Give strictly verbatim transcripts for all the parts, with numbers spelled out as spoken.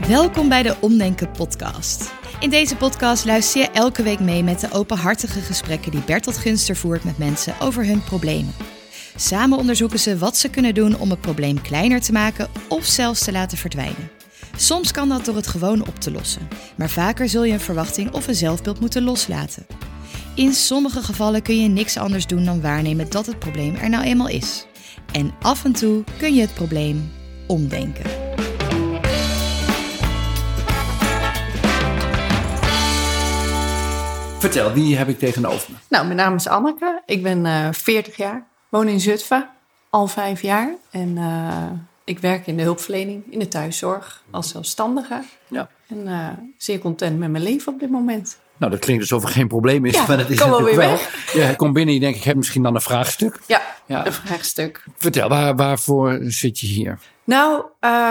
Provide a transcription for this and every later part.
Welkom bij de Omdenken podcast. In deze podcast luister je elke week mee met de openhartige gesprekken die Bertolt Gunster voert met mensen over hun problemen. Samen onderzoeken ze wat ze kunnen doen om het probleem kleiner te maken of zelfs te laten verdwijnen. Soms kan dat door het gewoon op te lossen, maar vaker zul je een verwachting of een zelfbeeld moeten loslaten. In sommige gevallen kun je niks anders doen dan waarnemen dat het probleem er nou eenmaal is. En af en toe kun je het probleem omdenken. Vertel, wie heb ik tegenover me? Nou, mijn naam is Anneke. Ik ben uh, veertig jaar. Woon in Zutphen. Al vijf jaar. En uh, ik werk in de hulpverlening, in de thuiszorg, als zelfstandige. Ja. En uh, zeer content met mijn leven op dit moment. Nou, dat klinkt alsof er geen probleem is. Ja, maar dat is kom wel natuurlijk weer wel. Ja, ik kom binnen en je denkt, ik heb misschien dan een vraagstuk. Ja, Ja. een vraagstuk. Vertel, waar, waarvoor zit je hier? Nou,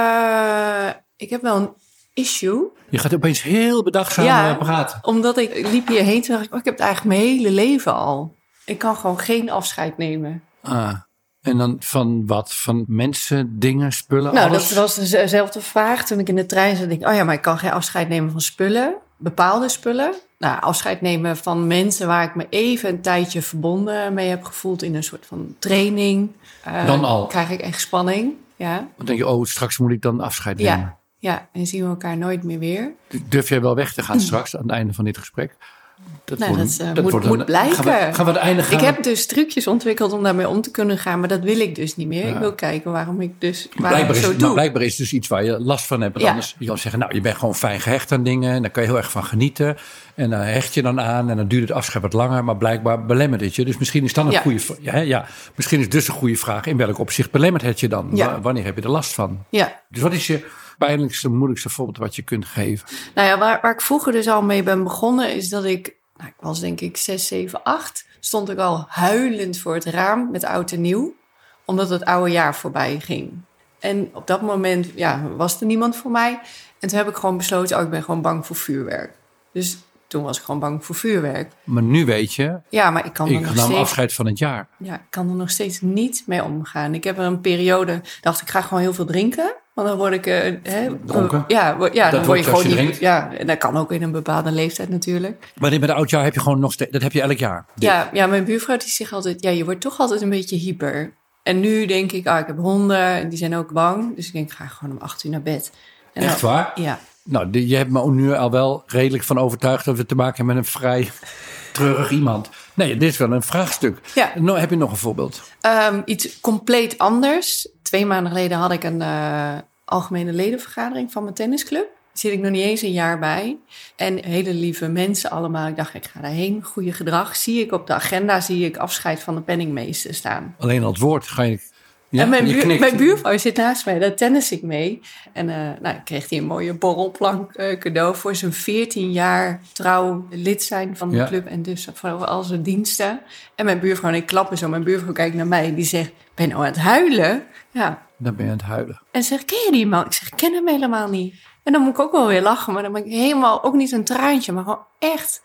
uh, ik heb wel een issue. Je gaat opeens heel bedachtzaam Ja, praten. Omdat ik liep hierheen, toen dacht ik, oh, ik heb het eigenlijk mijn hele leven al. Ik kan gewoon geen afscheid nemen. Ah, en dan van wat? Van mensen, dingen, spullen, Nou, alles? dat was dezelfde vraag. Toen ik in de trein zat, denk ik, oh ja, maar ik kan geen afscheid nemen van spullen. Bepaalde spullen. Nou, afscheid nemen van mensen waar ik me even een tijdje verbonden mee heb gevoeld in een soort van training. Uh, Dan al? Krijg ik echt spanning, ja. Dan denk je, oh, straks moet ik dan afscheid nemen. Ja, ja, en zien we elkaar nooit meer weer. Durf jij wel weg te gaan straks aan het einde van dit gesprek? Dat, Nou, wordt, dat, uh, dat moet, wordt moet een- blijken. Gaan we, gaan we het einde gaan Ik we- heb dus trucjes ontwikkeld om daarmee om te kunnen gaan, maar dat wil ik dus niet meer. Ja. Ik wil kijken waarom ik dus waarom Blijkbaar ik is, zo het, doe. maar blijkbaar is het dus iets waar je last van hebt. Want Ja. Anders, je kan zeggen, nou, je bent gewoon fijn gehecht aan dingen. En daar kan je heel erg van genieten. En dan hecht je dan aan. En dan duurt het afscheid wat langer. Maar blijkbaar belemmert het je. Dus misschien is dan een Ja. goede vraag. Ja, ja, misschien is dus een goede vraag. In welk opzicht belemmert het je dan? Ja. Wa- Wanneer heb je er last van? Ja. Dus wat is je pijnlijkste, moeilijkste voorbeeld wat je kunt geven? Nou ja, waar, waar ik vroeger dus al mee ben begonnen, is dat ik, nou, ik was denk ik zes, zeven, acht, stond ik al huilend voor het raam met oud en nieuw, omdat het oude jaar voorbij ging. En op dat moment, ja, was er niemand voor mij. En toen heb ik gewoon besloten, oh, ik ben gewoon bang voor vuurwerk. Dus toen was ik gewoon bang voor vuurwerk. Maar nu weet je, Ja, maar ik kan er ik nog nam steeds... afscheid van het jaar. Ja, ik kan er nog steeds niet mee omgaan. Ik heb er een periode, dacht ik ga gewoon heel veel drinken. Want dan word ik... Uh, hè, Dronken? Ja, wo- ja Dat dan word wordt je gewoon als je niet... drinkt? Ja, en dat kan ook in een bepaalde leeftijd natuurlijk. Maar dit met het oudjaar heb je gewoon nog steeds, dat heb je elk jaar. Dit. Ja, ja, mijn buurvrouw die zegt altijd, ja, je wordt toch altijd een beetje hyper. En nu denk ik, ah, ik heb honden en die zijn ook bang. Dus ik denk, ik ga gewoon om acht uur naar bed. En Echt dan- waar? Ja. Nou, die- je hebt me nu al wel redelijk van overtuigd dat we te maken hebben met een vrij treurig iemand. Nee, dit is wel een vraagstuk. Ja. Nou, heb je nog een voorbeeld? Um, iets compleet anders. Twee maanden geleden had ik een uh, algemene ledenvergadering van mijn tennisclub. Daar zit ik nog niet eens een jaar bij. En hele lieve mensen allemaal. Ik dacht, ik ga daarheen. Goede gedrag. Zie ik op de agenda, zie ik afscheid van de penningmeester staan. Alleen al het woord ga je... Ja, en mijn, je buur, knikt. mijn buurvrouw zit naast mij, daar tennis ik mee. En uh, nou, kreeg hij een mooie borrelplank uh, cadeau voor zijn veertien jaar trouw lid zijn van de Ja. club. En dus voor al zijn diensten. En mijn buurvrouw, en ik klappen zo, mijn buurvrouw kijkt naar mij en die zegt, ben je nou aan het huilen? Ja. Dan ben je aan het huilen. En ze zegt, ken je die man? Ik zeg, ik ken hem helemaal niet. En dan moet ik ook wel weer lachen, maar dan ben ik helemaal, ook niet een traantje, maar gewoon echt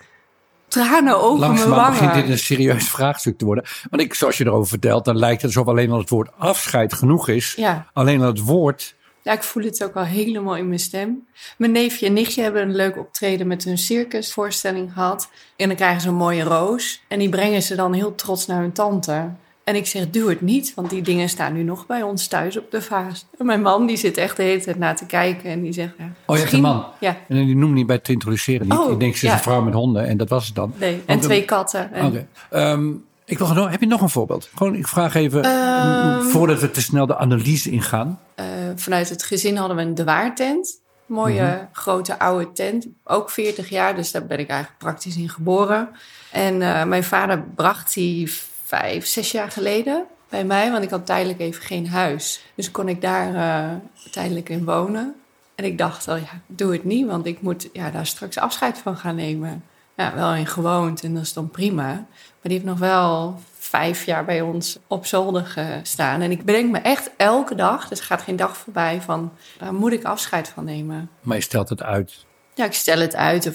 tranen over mijn Langzaamaan wangen. begint dit een serieus vraagstuk te worden. Want ik, zoals je erover vertelt, dan lijkt het alsof alleen al het woord afscheid genoeg is. Ja. Alleen al het woord... Ja, ik voel het ook al helemaal in mijn stem. Mijn neefje en nichtje hebben een leuk optreden met hun circusvoorstelling gehad. En dan krijgen ze een mooie roos. En die brengen ze dan heel trots naar hun tante. En ik zeg, doe het niet, want die dingen staan nu nog bij ons thuis op de vaas. En mijn man die zit echt de hele tijd naar te kijken en die zegt... Ja, Oh, je hebt een misschien- man. Ja, En die noem niet bij te introduceren niet. Oh, ik denk, ze is ja. een vrouw met honden en dat was het dan. nee. En Ook twee een- katten. En, Oké. Ehm, ik wil gewoon, heb je nog een voorbeeld? Gewoon, ik vraag even, Ehm. voordat we te snel de analyse ingaan. Uh, vanuit het gezin hadden we een de waartent. Mooie, Mhm. grote, oude tent. Ook veertig jaar, dus daar ben ik eigenlijk praktisch in geboren. En uh, mijn vader bracht die vijf, zes jaar geleden bij mij. Want ik had tijdelijk even geen huis. Dus kon ik daar uh, tijdelijk in wonen. En ik dacht al, ja, doe het niet. Want ik moet ja, daar straks afscheid van gaan nemen. Ja, wel in gewoond en dat is dan prima. Maar die heeft nog wel vijf jaar bij ons op zolder gestaan. En ik bedenk me echt elke dag, dus er gaat geen dag voorbij van, daar moet ik afscheid van nemen. Maar je stelt het uit. Ja, ik stel het uit of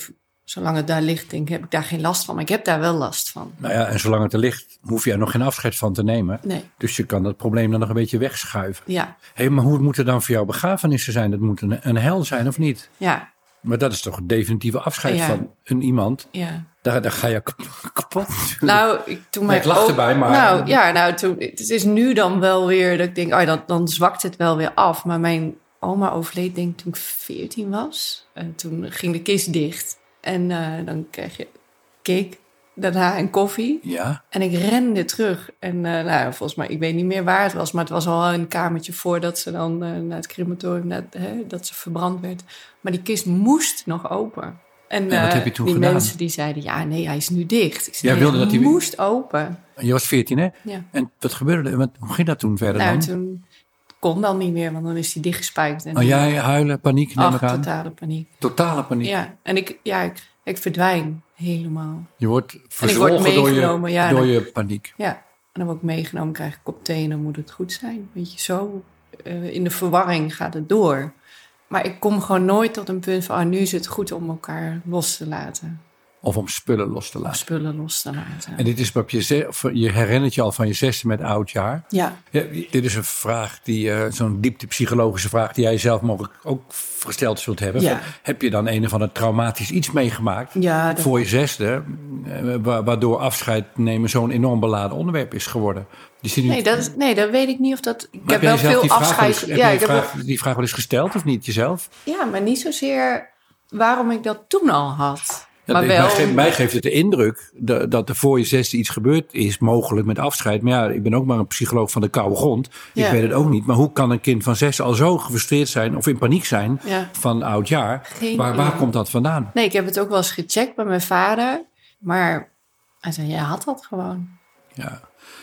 zolang het daar ligt, denk ik, heb ik daar geen last van. Maar ik heb daar wel last van. Nou ja, en zolang het er ligt, hoef je er nog geen afscheid van te nemen. Nee. Dus je kan dat probleem dan nog een beetje wegschuiven. Ja. Hé, maar hoe moet er dan voor jou begrafenissen zijn? Dat moet een, een hel zijn of niet? Ja. Maar dat is toch het definitieve afscheid Ja. van een iemand? Ja. Daar, daar ga je kap- kapot natuurlijk. Nou, ik, toen Nee, ik lach ook- erbij, maar- Nou, ja, nou, toen, het is nu dan wel weer dat ik denk, oh ja, dan, dan zwakt het wel weer af. Maar mijn oma overleed, denk ik, toen ik veertien was. En toen ging de kist dicht. En uh, dan kreeg je cake, daarna een koffie. Ja, En ik rende terug. En uh, nou, volgens mij, ik weet niet meer waar het was, maar het was al een kamertje voordat ze dan uh, naar het crematorium, naar, hè, dat ze verbrand werd. Maar die kist moest nog open. En, En wat uh, heb je toen die gedaan? mensen die zeiden, ja, nee, hij is nu dicht. Ik zei, Jij nee, wilde hij dat hij- moest open. je was veertien hè? Ja. En wat gebeurde er? Wat- Hoe ging dat toen verder Nou, dan? toen kon dan niet meer, want dan is hij dichtgespijkt. En Oh, jij huilen, paniek neem ach, ik aan? totale paniek. Totale paniek. Ja, en ik, ja, ik, ik verdwijn helemaal. Je wordt word verzwolgen door, je, meegenomen, ja, door dan- je paniek. Ja, en dan word ik meegenomen, krijg ik een kop thee en dan moet het goed zijn. Weet je, zo uh, in de verwarring gaat het door. Maar ik kom gewoon nooit tot een punt van, ah, nu is het goed om elkaar los te laten. Of om spullen los te Of laten. spullen los te laten. En dit is op je, ze- of je herinnert je al van je zesde met oudjaar. Ja, Ja, dit is een vraag, die, uh, zo'n dieptepsychologische vraag die jij zelf mogelijk ook gesteld zult hebben. Ja. Van, heb je dan een of ander traumatisch iets meegemaakt ja, dat, voor je zesde, uh, wa- waardoor afscheid nemen zo'n enorm beladen onderwerp is geworden? Die zit nu- nee, dat, is- nee, dat weet ik niet of dat... Ik Maar heb jij wel zelf veel die vraag wel afscheid... eens- heb Ja, jij ik die, heb wel- vraag, die vraag wel eens gesteld of niet jezelf? ja, maar niet zozeer waarom ik dat toen al had. Ja, maar mij, wel... geeft, mij geeft het de indruk dat, dat er voor je zesde iets gebeurd is, mogelijk met afscheid. Maar ja, ik ben ook maar een psycholoog van de koude grond. Ik Ja. weet het ook niet. Maar hoe kan een kind van zes al zo gefrustreerd zijn of in paniek zijn Ja. van oud jaar? Geen Waar, waar idee. komt dat vandaan? Nee, ik heb het ook wel eens gecheckt bij mijn vader. Maar hij zei, jij had dat gewoon. Ja.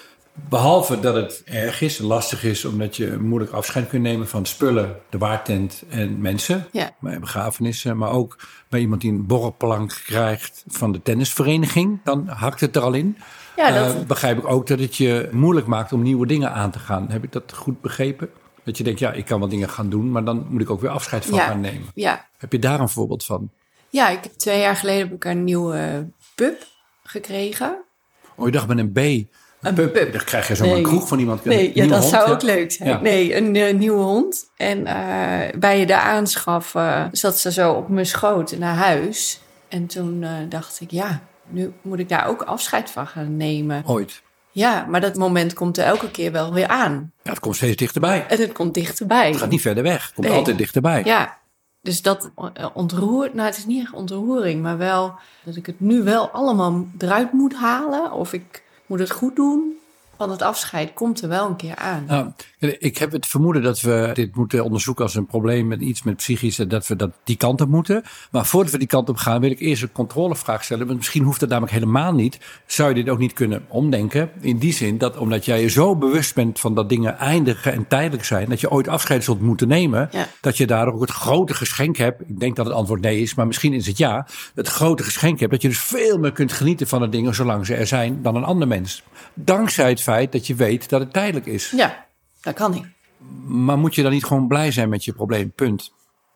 Behalve dat het erg is en lastig is, omdat je moeilijk afscheid kunt nemen van spullen, de waartent en mensen. Ja. Bij begrafenissen, maar ook bij iemand die een borrelplank krijgt van de tennisvereniging. Dan hakt het er al in. Ja, dat... Uh, begrijp ik ook dat het je moeilijk maakt om nieuwe dingen aan te gaan. Heb ik dat goed begrepen? Dat je denkt, ja, ik kan wel dingen gaan doen, maar dan moet ik ook weer afscheid van Ja. gaan nemen. ja. Heb je daar een voorbeeld van? ja, ik heb twee jaar geleden heb ik een nieuwe pup gekregen. Oh, je dacht met een B. Een pup. pup. Dan krijg je zomaar Nee. een kroeg van iemand. Nee, Een ja, nieuwe dat hond, zou ja. ook leuk zijn. Ja. Nee, een uh, nieuwe hond. En uh, bij de aanschaf uh, zat ze zo op mijn schoot naar huis. En toen uh, dacht ik, ja, nu moet ik daar ook afscheid van gaan nemen. Ooit. Ja, maar dat moment komt er elke keer wel weer aan. Ja, het komt steeds dichterbij. En het komt dichterbij. Het gaat niet verder weg. Het komt Nee. altijd dichterbij. Ja, dus dat uh, ontroert. Nou, het is niet echt ontroering, maar wel dat ik het nu wel allemaal eruit moet halen. Of ik moet het goed doen. Van het afscheid komt er wel een keer aan. Nou, ik heb het vermoeden dat we dit moeten onderzoeken als een probleem met iets met psychische, dat we dat die kant op moeten. Maar voordat we die kant op gaan, wil ik eerst een controlevraag stellen. Want misschien hoeft dat namelijk helemaal niet. Zou je dit ook niet kunnen omdenken? In die zin dat omdat jij je zo bewust bent van dat dingen eindigen en tijdelijk zijn, dat je ooit afscheid zult moeten nemen, Ja. dat je daardoor ook het grote geschenk hebt. Ik denk dat het antwoord nee is, maar misschien is het ja. Het grote geschenk hebt dat je dus veel meer kunt genieten van de dingen zolang ze er zijn dan een ander mens. Dankzij het feit dat je weet dat het tijdelijk is. Ja, dat kan niet. Maar moet je dan niet gewoon blij zijn met je probleem? Punt.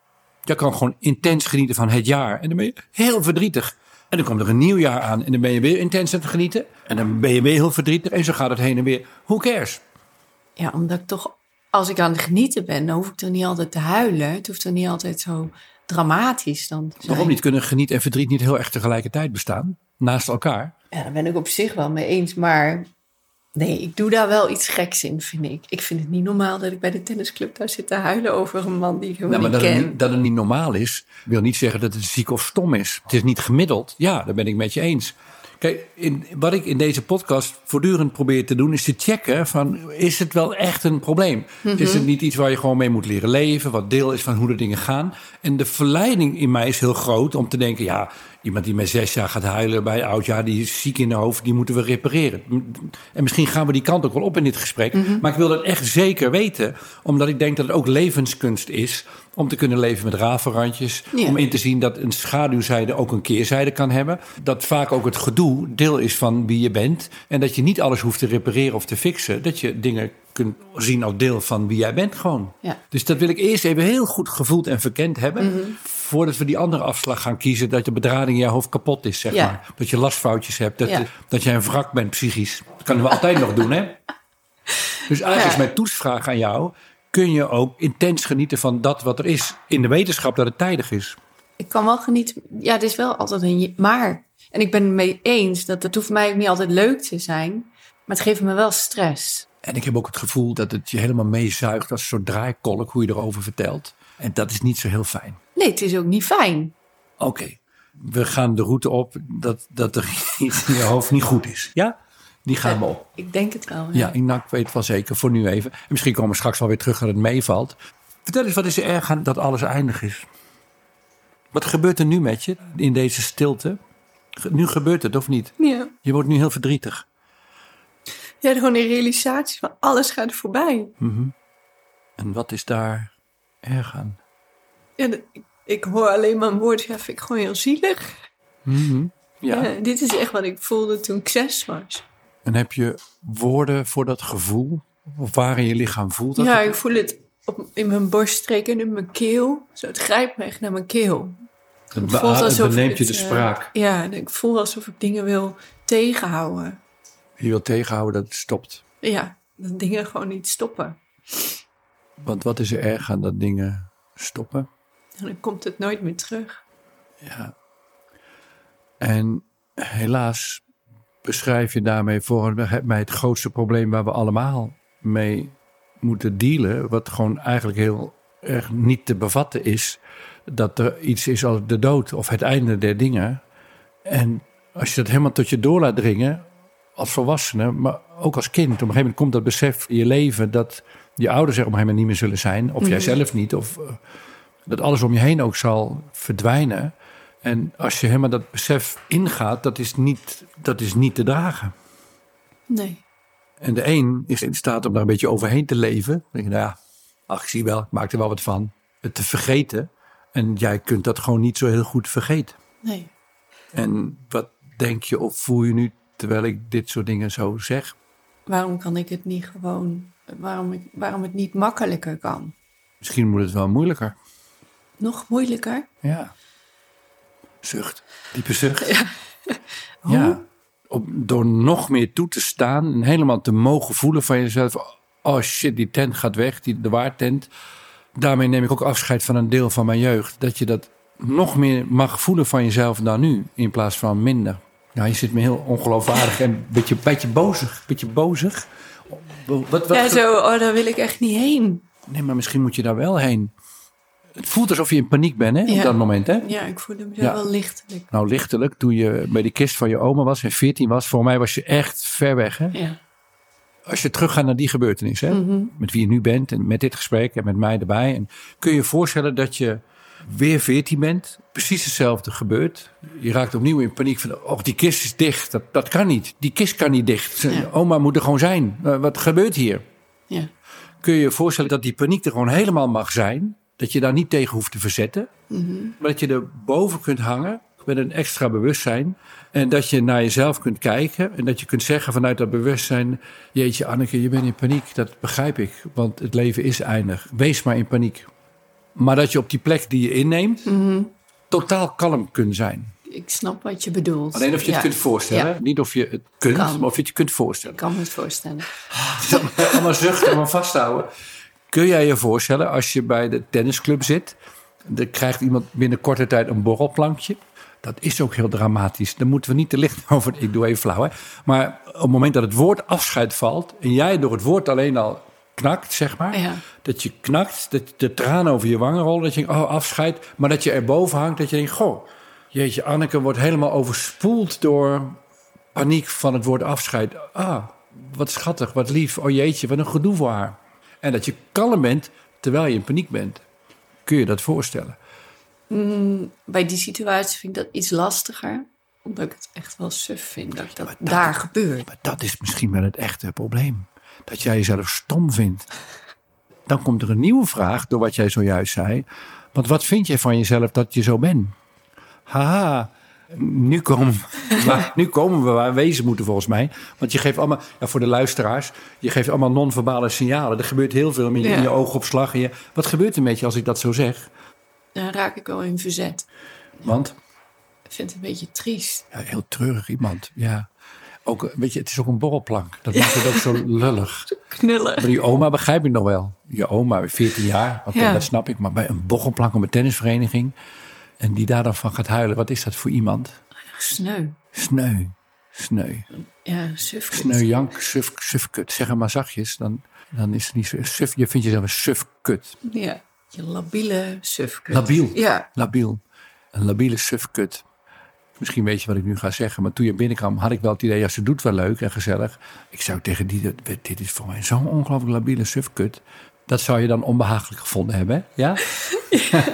Je kan gewoon intens genieten van het jaar. En dan ben je heel verdrietig. En dan komt er een nieuw jaar aan. En dan ben je weer intens aan het genieten. En dan ben je weer heel verdrietig. En zo gaat het heen en weer. Who cares? Ja, omdat ik toch, als ik aan het genieten ben, dan hoef ik toch niet altijd te huilen. Het hoeft toch niet altijd zo dramatisch dan te zijn. Waarom niet? Kunnen geniet en verdriet niet heel erg tegelijkertijd bestaan? Naast elkaar? Ja, daar ben ik op zich wel mee eens. Maar nee, ik doe daar wel iets geks in, vind ik. Ik vind het niet normaal dat ik bij de tennisclub daar zit te huilen over een man die ik helemaal Nou, maar niet dat ken. het, dat het niet normaal is, wil niet zeggen dat het ziek of stom is. Het is niet gemiddeld. Ja, daar ben ik met je eens. Kijk, in, wat ik in deze podcast voortdurend probeer te doen, is te checken van, is het wel echt een probleem? Mm-hmm. Is het niet iets waar je gewoon mee moet leren leven, wat deel is van hoe de dingen gaan? En de verleiding in mij is heel groot om te denken, ja, iemand die met zes jaar gaat huilen bij oudjaar, die is ziek in de hoofd, die moeten we repareren. En misschien gaan we die kant ook wel op in dit gesprek. Mm-hmm. Maar ik wil dat echt zeker weten, omdat ik denk dat het ook levenskunst is Om te kunnen leven met rafelrandjes. Ja. Om in te zien dat een schaduwzijde ook een keerzijde kan hebben. Dat vaak ook het gedoe deel is van wie je bent. En dat je niet alles hoeft te repareren of te fixen. Dat je dingen kunt zien als deel van wie jij bent gewoon. Ja. Dus dat wil ik eerst even heel goed gevoeld en verkend hebben. Mm-hmm. Voordat we die andere afslag gaan kiezen. Dat de bedrading in je hoofd kapot is, zeg ja. maar. Dat je lastfoutjes hebt. Dat, ja. je, dat jij een wrak bent psychisch. Dat kunnen we altijd nog doen, hè? Dus eigenlijk ja. is mijn toetsvraag aan jou. Kun je ook intens genieten van dat wat er is. In de wetenschap dat het tijdig is. Ik kan wel genieten. Ja, het is wel altijd een maar. En ik ben het mee eens dat het hoeft mij ook niet altijd leuk te zijn. Maar het geeft me wel stress. En ik heb ook het gevoel dat het je helemaal meezuigt als een soort draaikolk hoe je erover vertelt. En dat is niet zo heel fijn. Nee, het is ook niet fijn. Oké, okay. We gaan de route op dat, dat er iets in je hoofd niet goed is. Ja? Die gaan we op. Ik denk het wel. Ja, ja nou, ik weet het wel zeker. Voor nu even. En misschien komen we straks wel weer terug dat het meevalt. Vertel eens, wat is er erg aan dat alles eindig is? Wat gebeurt er nu met je in deze stilte? Nu gebeurt het, of niet? Ja. Je wordt nu heel verdrietig. Ja, gewoon een realisatie van alles gaat voorbij. Mm-hmm. En wat is daar erg aan? Ja, ik, ik hoor alleen maar een woord. Ja, vind ik gewoon heel zielig. Mm-hmm. Ja. Ja, dit is echt wat ik voelde toen ik zes was. En heb je woorden voor dat gevoel? Of waar in je lichaam voelt dat? Ja, het? ik voel het op, in mijn borststreek en in mijn keel. Zo, het grijpt me echt naar mijn keel. Het, be- het beneemt je de spraak. Uh, ja, ik voel alsof ik dingen wil tegenhouden. Je wil tegenhouden dat het stopt? Ja, dat dingen gewoon niet stoppen. Want wat is er erg aan dat dingen stoppen? En dan komt het nooit meer terug. Ja. En helaas beschrijf je daarmee voor mij het grootste probleem waar we allemaal mee moeten dealen. Wat gewoon eigenlijk heel erg niet te bevatten is. Dat er iets is als de dood of het einde der dingen. En als je dat helemaal tot je door laat dringen, als volwassene, maar ook als kind. Op een gegeven moment komt dat besef in je leven dat je ouders er op een gegeven moment niet meer zullen zijn. Of mm-hmm. jij zelf niet. Of uh, dat alles om je heen ook zal verdwijnen. En als je helemaal dat besef ingaat, dat is niet, dat is niet te dragen. Nee. En de een is in staat om daar een beetje overheen te leven. Dan denk je, nou ja, ach, ik zie wel, ik maak er wel wat van. Het te vergeten. En jij kunt dat gewoon niet zo heel goed vergeten. Nee. En wat denk je of voel je nu terwijl ik dit soort dingen zo zeg? Waarom kan ik het niet gewoon, waarom, ik, waarom het niet makkelijker kan? Misschien moet het wel moeilijker. Nog moeilijker? Ja. Zucht. Diepe zucht. Ja. Ja. Om, door nog meer toe te staan en helemaal te mogen voelen van jezelf. Oh shit, die tent gaat weg, die, de waartent. Daarmee neem ik ook afscheid van een deel van mijn jeugd. Dat je dat nog meer mag voelen van jezelf dan nu, in plaats van minder. Nou, je zit me heel ongeloofwaardig en een beetje, beetje bozig. Beetje bozig. Wat, wat, ja, zo, oh, daar wil ik echt niet heen. Nee, maar misschien moet je daar wel heen. Het voelt alsof je in paniek bent, hè, ja. op dat moment, hè? Ja, ik voelde me ja. wel lichtelijk. Nou, lichtelijk, toen je bij de kist van je oma was en veertien was. Voor mij was je echt ver weg, hè? Ja. Als je teruggaat naar die gebeurtenis, hè? Mm-hmm. Met wie je nu bent en met dit gesprek en met mij erbij. En kun je je voorstellen dat je weer veertien bent, precies hetzelfde gebeurt. Je raakt opnieuw in paniek van, oh, die kist is dicht. Dat, dat kan niet. Die kist kan niet dicht. Ja. Oma moet er gewoon zijn. Uh, wat gebeurt hier? Ja. Kun je je voorstellen dat die paniek er gewoon helemaal mag zijn? Dat je daar niet tegen hoeft te verzetten. Mm-hmm. Maar dat je er boven kunt hangen met een extra bewustzijn. En dat je naar jezelf kunt kijken. En dat je kunt zeggen vanuit dat bewustzijn, jeetje Anneke, je bent in paniek. Dat begrijp ik, want het leven is eindig. Wees maar in paniek. Maar dat je op die plek die je inneemt, mm-hmm. totaal kalm kunt zijn. Ik snap wat je bedoelt. Alleen of je ja. het kunt voorstellen. Ja. Niet of je het kunt, kan. Maar of je het kunt voorstellen. Ik kan me het voorstellen. Allemaal zuchten, allemaal vasthouden. Kun jij je voorstellen als je bij de tennisclub zit, dan krijgt iemand binnen korte tijd een borrelplankje. Dat is ook heel dramatisch. Daar moeten we niet te licht over. Ik doe even flauw, hè. Maar op het moment dat het woord afscheid valt en jij door het woord alleen al knakt, zeg maar. Ja. Dat je knakt, dat de tranen over je wangen rollen. Dat je denkt, oh, afscheid. Maar dat je erboven hangt, dat je denkt, goh, jeetje, Anneke wordt helemaal overspoeld door paniek van het woord afscheid. Ah, wat schattig, wat lief. Oh jeetje, wat een gedoe voor haar. En dat je kalm bent terwijl je in paniek bent. Kun je dat voorstellen? Mm, bij die situatie vind ik dat iets lastiger. Omdat ik het echt wel suf vind dat dat, dat daar gebeurt. Maar dat is misschien wel het echte probleem. Dat jij jezelf stom vindt. Dan komt er een nieuwe vraag door wat jij zojuist zei. Want wat vind jij van jezelf dat je zo bent? Haha, nu komen, maar, nu komen we waar we wezen moeten volgens mij. Want je geeft allemaal, ja, voor de luisteraars, je geeft allemaal non-verbale signalen. Er gebeurt heel veel in je, ja. in je oogopslag. En je, wat gebeurt er met je als ik dat zo zeg? Dan raak ik wel in verzet. Want? Ik vind het een beetje triest. Ja, heel treurig iemand, ja. Ook, weet je, het is ook een borrelplank. Dat maakt het ook zo lullig. Zo knullig. Maar die oma begrijp ik nog wel. Je oma, veertien jaar, oké, okay, ja. dat snap ik. Maar bij een borrelplank op een tennisvereniging... en die daar dan van gaat huilen, wat is dat voor iemand? Sneu. Sneu. Sneu. Ja, sufkut. Sneu, jank, suf, sufkut. Zeg het maar zachtjes, dan, dan is het niet zo... Suf, je vindt jezelf een sufkut. Ja, je labiele sufkut. Labiel. Ja. Labiel. Een labiele sufkut. Misschien weet je wat ik nu ga zeggen, maar toen je binnenkwam had ik wel het idee, ja, ze doet wel leuk en gezellig. Ik zou tegen die, dit is voor mij zo'n ongelooflijk labiele sufkut. Dat zou je dan onbehagelijk gevonden hebben, hè? Ja? Ja.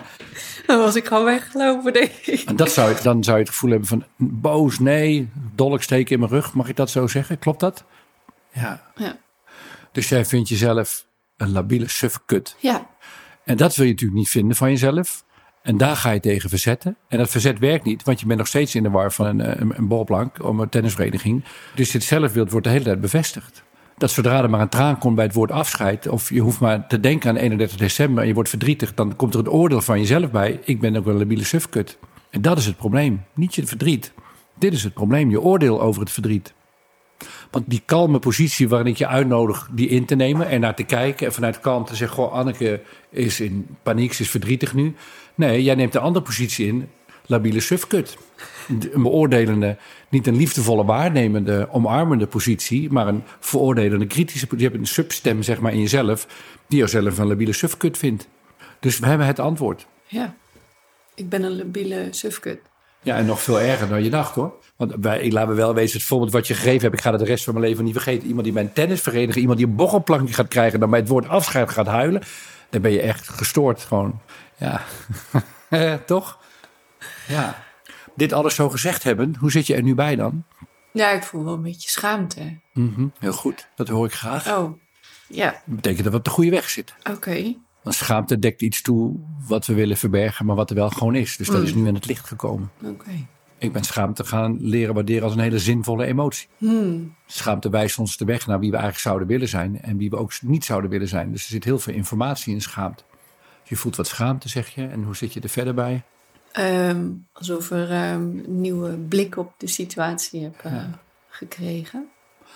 Dan was ik gewoon weggelopen, denk ik. En dat zou je, dan zou je het gevoel hebben van boos, nee, dolk steken in mijn rug. Mag ik dat zo zeggen? Klopt dat? Ja. Ja. Dus jij vindt jezelf een labiele sufkut. Ja. En dat wil je natuurlijk niet vinden van jezelf. En daar ga je tegen verzetten. En dat verzet werkt niet, want je bent nog steeds in de war van een, een, een bolplank om een tennisvereniging. Dus dit zelfbeeld wordt de hele tijd bevestigd. Dat zodra er maar een traan komt bij het woord afscheid, of je hoeft maar te denken aan eenendertig december en je wordt verdrietig, dan komt er een oordeel van jezelf bij. Ik ben ook een labiele sufkut. En dat is het probleem. Niet je verdriet. Dit is het probleem, je oordeel over het verdriet. Want die kalme positie waarin ik je uitnodig die in te nemen en naar te kijken en vanuit kalm te zeggen, goh, Anneke is in paniek, ze is verdrietig nu. Nee, jij neemt een andere positie in, labiele sufkut. Een beoordelende, niet een liefdevolle, waarnemende, omarmende positie, maar een veroordelende, kritische positie. Je hebt een substem, zeg maar, in jezelf, die jezelf een labiele sufkut vindt. Dus we hebben het antwoord. Ja, ik ben een labiele sufkut. Ja, en nog veel erger dan je dacht, hoor. Want wij, ik laat me wel wezen, het voorbeeld wat je gegeven hebt, ik ga het de rest van mijn leven niet vergeten. Iemand die bij een tennisvereniging, iemand die een bochelplankje gaat krijgen, dan bij het woord afscheid gaat huilen, dan ben je echt gestoord gewoon. Ja, toch? Ja. Dit alles zo gezegd hebben, hoe zit je er nu bij dan? Ja, ik voel wel een beetje schaamte. Mm-hmm, heel goed, dat hoor ik graag. Oh, ja. Dat betekent dat we op de goede weg zitten. Oké. Okay. Want schaamte dekt iets toe wat we willen verbergen, maar wat er wel gewoon is. Dus dat mm. is nu in het licht gekomen. Oké. Okay. Ik ben schaamte gaan leren waarderen als een hele zinvolle emotie. Hmm. Schaamte wijst ons de weg naar wie we eigenlijk zouden willen zijn en wie we ook niet zouden willen zijn. Dus er zit heel veel informatie in schaamte. Je voelt wat schaamte, zeg je. En hoe zit je er verder bij? Um, alsof er um, een nieuwe blik op de situatie heb uh, ja. gekregen.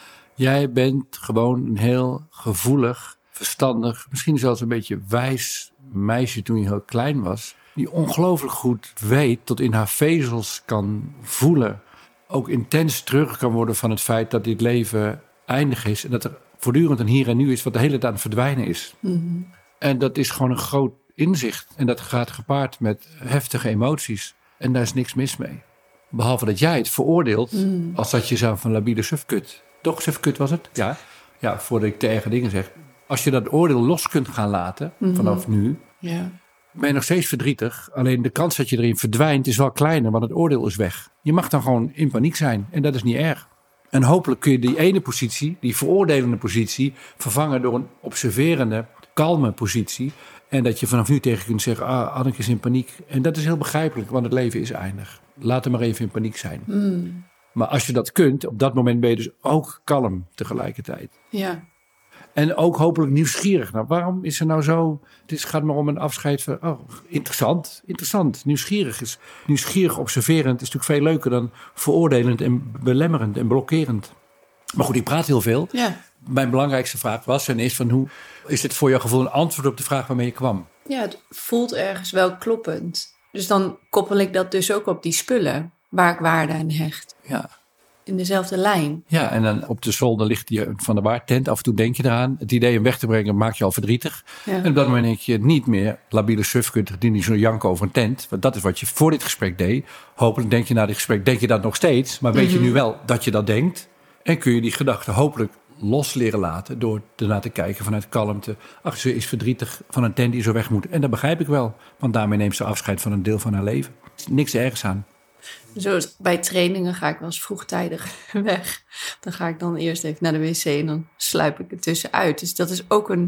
Jij bent gewoon een heel gevoelig, verstandig, misschien zelfs een beetje wijs meisje toen je heel klein was. Die ongelooflijk goed weet, tot in haar vezels kan voelen. Ook intens terug kan worden van het feit dat dit leven eindig is. En dat er voortdurend een hier en nu is wat de hele tijd aan het verdwijnen is. Mm-hmm. En dat is gewoon een groot inzicht. En dat gaat gepaard met heftige emoties. En daar is niks mis mee. Behalve dat jij het veroordeelt mm. als dat je zelf een labiele sufkut. Toch, sufkut was het? Ja. Ja, voordat ik te erge dingen zeg. Als je dat oordeel los kunt gaan laten, mm-hmm. vanaf nu, ja. ben je nog steeds verdrietig. Alleen de kans dat je erin verdwijnt is wel kleiner, want het oordeel is weg. Je mag dan gewoon in paniek zijn. En dat is niet erg. En hopelijk kun je die ene positie, die veroordelende positie, vervangen door een observerende, kalme positie. En dat je vanaf nu tegen kunt zeggen, ah, Anneke is in paniek. En dat is heel begrijpelijk, want het leven is eindig. Laat hem maar even in paniek zijn. Mm. Maar als je dat kunt, op dat moment ben je dus ook kalm tegelijkertijd. Ja. En ook hopelijk nieuwsgierig. Nou, waarom is er nou zo... Het gaat maar om een afscheid van... Oh, interessant, interessant. Nieuwsgierig is... Nieuwsgierig observerend is natuurlijk veel leuker dan veroordelend en belemmerend en blokkerend. Maar goed, ik praat heel veel. Ja. Mijn belangrijkste vraag was en is van hoe... Is dit voor jouw gevoel een antwoord op de vraag waarmee je kwam? Ja, het voelt ergens wel kloppend. Dus dan koppel ik dat dus ook op die spullen waar ik waarde aan hecht. Ja. In dezelfde lijn. Ja, en dan op de zolder ligt die Van der Waard tent. Af en toe denk je eraan. Het idee hem weg te brengen maakt je al verdrietig. Ja. En op dat moment denk je niet meer labiele sufkut die niet zo janken over een tent. Want dat is wat je voor dit gesprek deed. Hopelijk denk je na dit gesprek, denk je dat nog steeds. Maar weet mm-hmm. je nu wel dat je dat denkt. En kun je die gedachten hopelijk los leren laten door ernaar te kijken vanuit kalmte. Ach, ze is verdrietig van een tent die zo weg moet. En dat begrijp ik wel. Want daarmee neemt ze afscheid van een deel van haar leven. Niks ergens aan. Zoals bij trainingen ga ik wel eens vroegtijdig weg. Dan ga ik dan eerst even naar de wc en dan sluip ik er tussenuit. Dus dat is ook een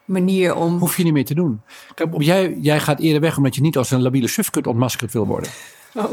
manier om... Hoef je niet meer te doen. Kijk, jij, jij gaat eerder weg omdat je niet als een labiele sufkut ontmaskerd wil worden. Oh.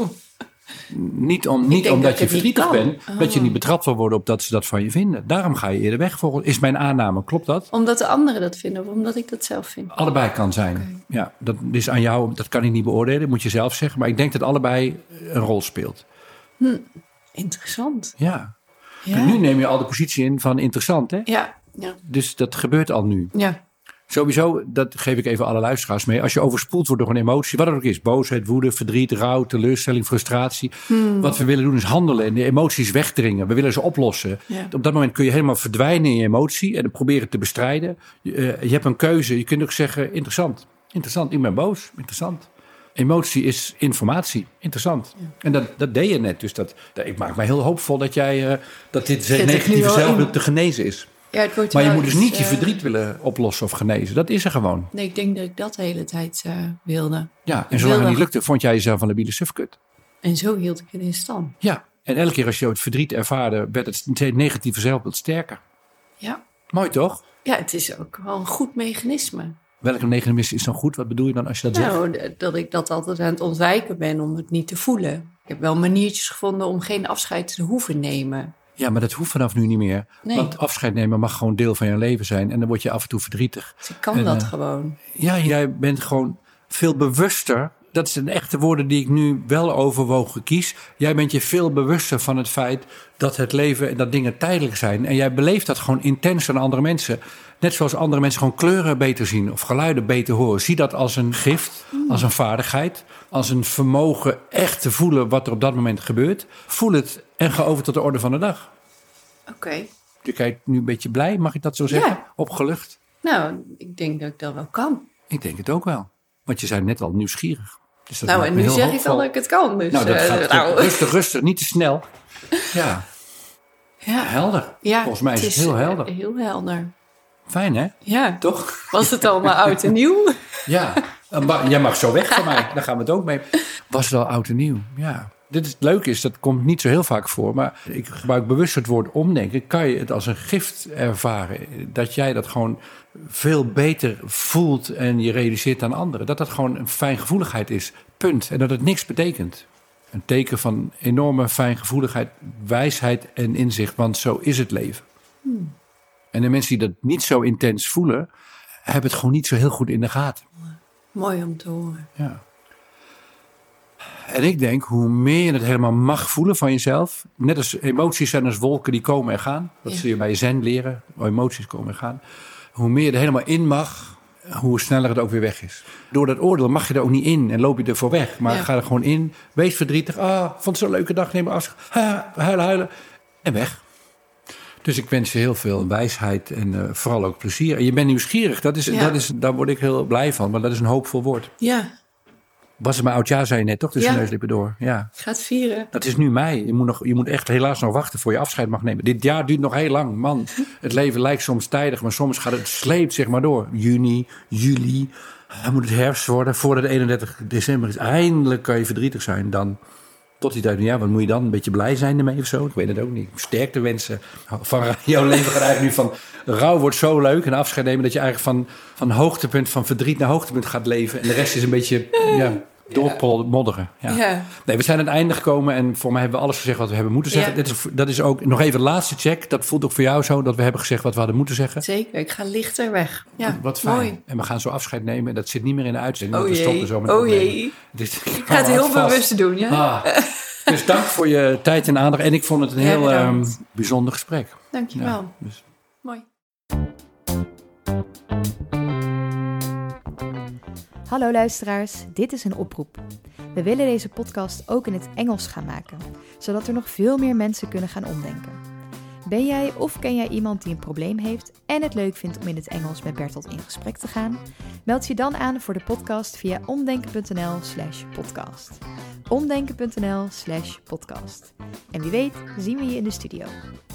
Niet, om, niet omdat je verdrietig bent, oh. dat je niet betrapt wil worden op dat ze dat van je vinden. Daarom ga je eerder weg, volgens, is mijn aanname. Klopt dat? Omdat de anderen dat vinden of omdat ik dat zelf vind? Allebei kan zijn. Okay. Ja, dat is aan jou, dat kan ik niet beoordelen, dat moet je zelf zeggen. Maar ik denk dat allebei een rol speelt. Hm, interessant. Ja. ja. En nu neem je al de positie in van interessant, hè? Ja. ja. Dus dat gebeurt al nu. Ja. Sowieso, dat geef ik even alle luisteraars mee. Als je overspoeld wordt door een emotie, wat het ook is. Boosheid, woede, verdriet, rouw, teleurstelling, frustratie. Hmm. Wat we willen doen is handelen en de emoties wegdringen. We willen ze oplossen. Ja. Op dat moment kun je helemaal verdwijnen in je emotie en proberen te bestrijden. Je, uh, je hebt een keuze. Je kunt ook zeggen, interessant. Interessant, ik ben boos. Interessant. Emotie is informatie. Interessant. Ja. En dat, dat deed je net. Dus dat, dat, ik maak mij heel hoopvol dat, jij, uh, dat dit negatieve zelfbeeld te genezen is. Ja, het wordt maar je moet dus iets, niet je uh, verdriet willen oplossen of genezen. Dat is er gewoon. Nee, ik denk dat ik dat de hele tijd uh, wilde. Ja, en zolang het niet lukte, vond jij jezelf een labiele sufkut. En zo hield ik het in stand. Ja, en elke keer als je het verdriet ervaarde, werd het negatieve zelfbeeld sterker. Ja. Mooi toch? Ja, het is ook wel een goed mechanisme. Welke mechanisme is dan goed? Wat bedoel je dan als je dat nou, zegt? Nou, dat ik dat altijd aan het ontwijken ben om het niet te voelen. Ik heb wel maniertjes gevonden om geen afscheid te hoeven nemen. Ja, maar dat hoeft vanaf nu niet meer. Nee. Want afscheid nemen mag gewoon deel van je leven zijn. En dan word je af en toe verdrietig. Dus ik kan en, dat uh, gewoon. Ja, jij bent gewoon veel bewuster. Dat zijn echte woorden die ik nu wel overwogen kies. Jij bent je veel bewuster van het feit dat het leven en dat dingen tijdelijk zijn. En jij beleeft dat gewoon intens dan andere mensen. Net zoals andere mensen gewoon kleuren beter zien of geluiden beter horen. Zie dat als een gift, mm. als een vaardigheid, als een vermogen echt te voelen wat er op dat moment gebeurt. Voel het en ga over tot de orde van de dag. Oké. Okay. Je kijkt nu een beetje blij, mag ik dat zo zeggen? Ja. Opgelucht? Nou, ik denk dat ik dat wel kan. Ik denk het ook wel. Want je zei net al nieuwsgierig. Dus dat nou, en nu zeg hoopvol. ik al dat ik het kan. Dus, nou, dat gaat uh, nou. rustig, rustig, niet te snel. Ja. Ja. Helder. Ja, volgens mij is het, het is heel helder. Heel helder. Fijn, hè? Ja. Toch? Was het allemaal oud en nieuw? Ja. Jij mag zo weg van mij. Daar gaan we het ook mee. Was het al oud en nieuw? Ja. Dit is het leuke is, dat komt niet zo heel vaak voor. Maar ik gebruik bewust het woord omdenken. Kan je het als een gift ervaren. Dat jij dat gewoon veel beter voelt en je realiseert aan anderen. Dat dat gewoon een fijngevoeligheid is. Punt. En dat het niks betekent. Een teken van enorme fijngevoeligheid, wijsheid en inzicht. Want zo is het leven. Hmm. En de mensen die dat niet zo intens voelen, hebben het gewoon niet zo heel goed in de gaten. Mooi om te horen. Ja. En ik denk, hoe meer je het helemaal mag voelen van jezelf. Net als emoties zijn als wolken die komen en gaan. Dat ja. zul je bij je zen leren. Emoties komen en gaan. Hoe meer je er helemaal in mag, hoe sneller het ook weer weg is. Door dat oordeel mag je er ook niet in en loop je ervoor weg. Maar ja. ga er gewoon in. Wees verdrietig. Ah, vond het zo'n leuke dag. Neem maar afscheid. Ha, huilen, huilen. En weg. Dus ik wens je heel veel wijsheid en uh, vooral ook plezier. En je bent nieuwsgierig. Dat is, ja. dat is, daar word ik heel blij van. Want dat is een hoopvol woord. Ja. Was het maar oudjaar, zei je net, toch? Tussen ja. neuslippen door. Ja. Ik ga het vieren. Dat is nu mei. Je moet, nog, je moet echt helaas nog wachten voor je afscheid mag nemen. Dit jaar duurt nog heel lang. Man, het leven lijkt soms tijdig, maar soms gaat het sleept zeg maar door. Juni, juli, dan moet het herfst worden. Voordat de eenendertig december is. Eindelijk kan je verdrietig zijn. Dan tot die tijd, ja, wat moet je dan? Een beetje blij zijn ermee of zo? Ik weet het ook niet. Sterkte wensen. Van jouw leven gaat eigenlijk nu van rouw wordt zo leuk en afscheid nemen dat je eigenlijk van, van hoogtepunt van verdriet naar hoogtepunt gaat leven. En de rest is een beetje ja, doormodderen. Ja. Ja. Nee, we zijn aan het einde gekomen en voor mij hebben we alles gezegd wat we hebben moeten zeggen. Ja. Dit is, dat is ook nog even de laatste check. Dat voelt ook voor jou zo dat we hebben gezegd wat we hadden moeten zeggen. Zeker, ik ga lichter weg. Ja, wat fijn. Mooi. En we gaan zo afscheid nemen en dat zit niet meer in de uitzending. Oh we jee, zo met oh jee. Dus, ik ga het heel vast. bewust doen, ja. Ah. Dus dank voor je tijd en aandacht. En ik vond het een heel ja, um, bijzonder gesprek. Dank je wel. Ja, dus. Mooi. Hallo luisteraars, dit is een oproep. We willen deze podcast ook in het Engels gaan maken, zodat er nog veel meer mensen kunnen gaan omdenken. Ben jij of ken jij iemand die een probleem heeft en het leuk vindt om in het Engels met Bertolt in gesprek te gaan? Meld je dan aan voor de podcast via omdenken.nl slash podcast. omdenken.nl slash podcast. En wie weet zien we je in de studio.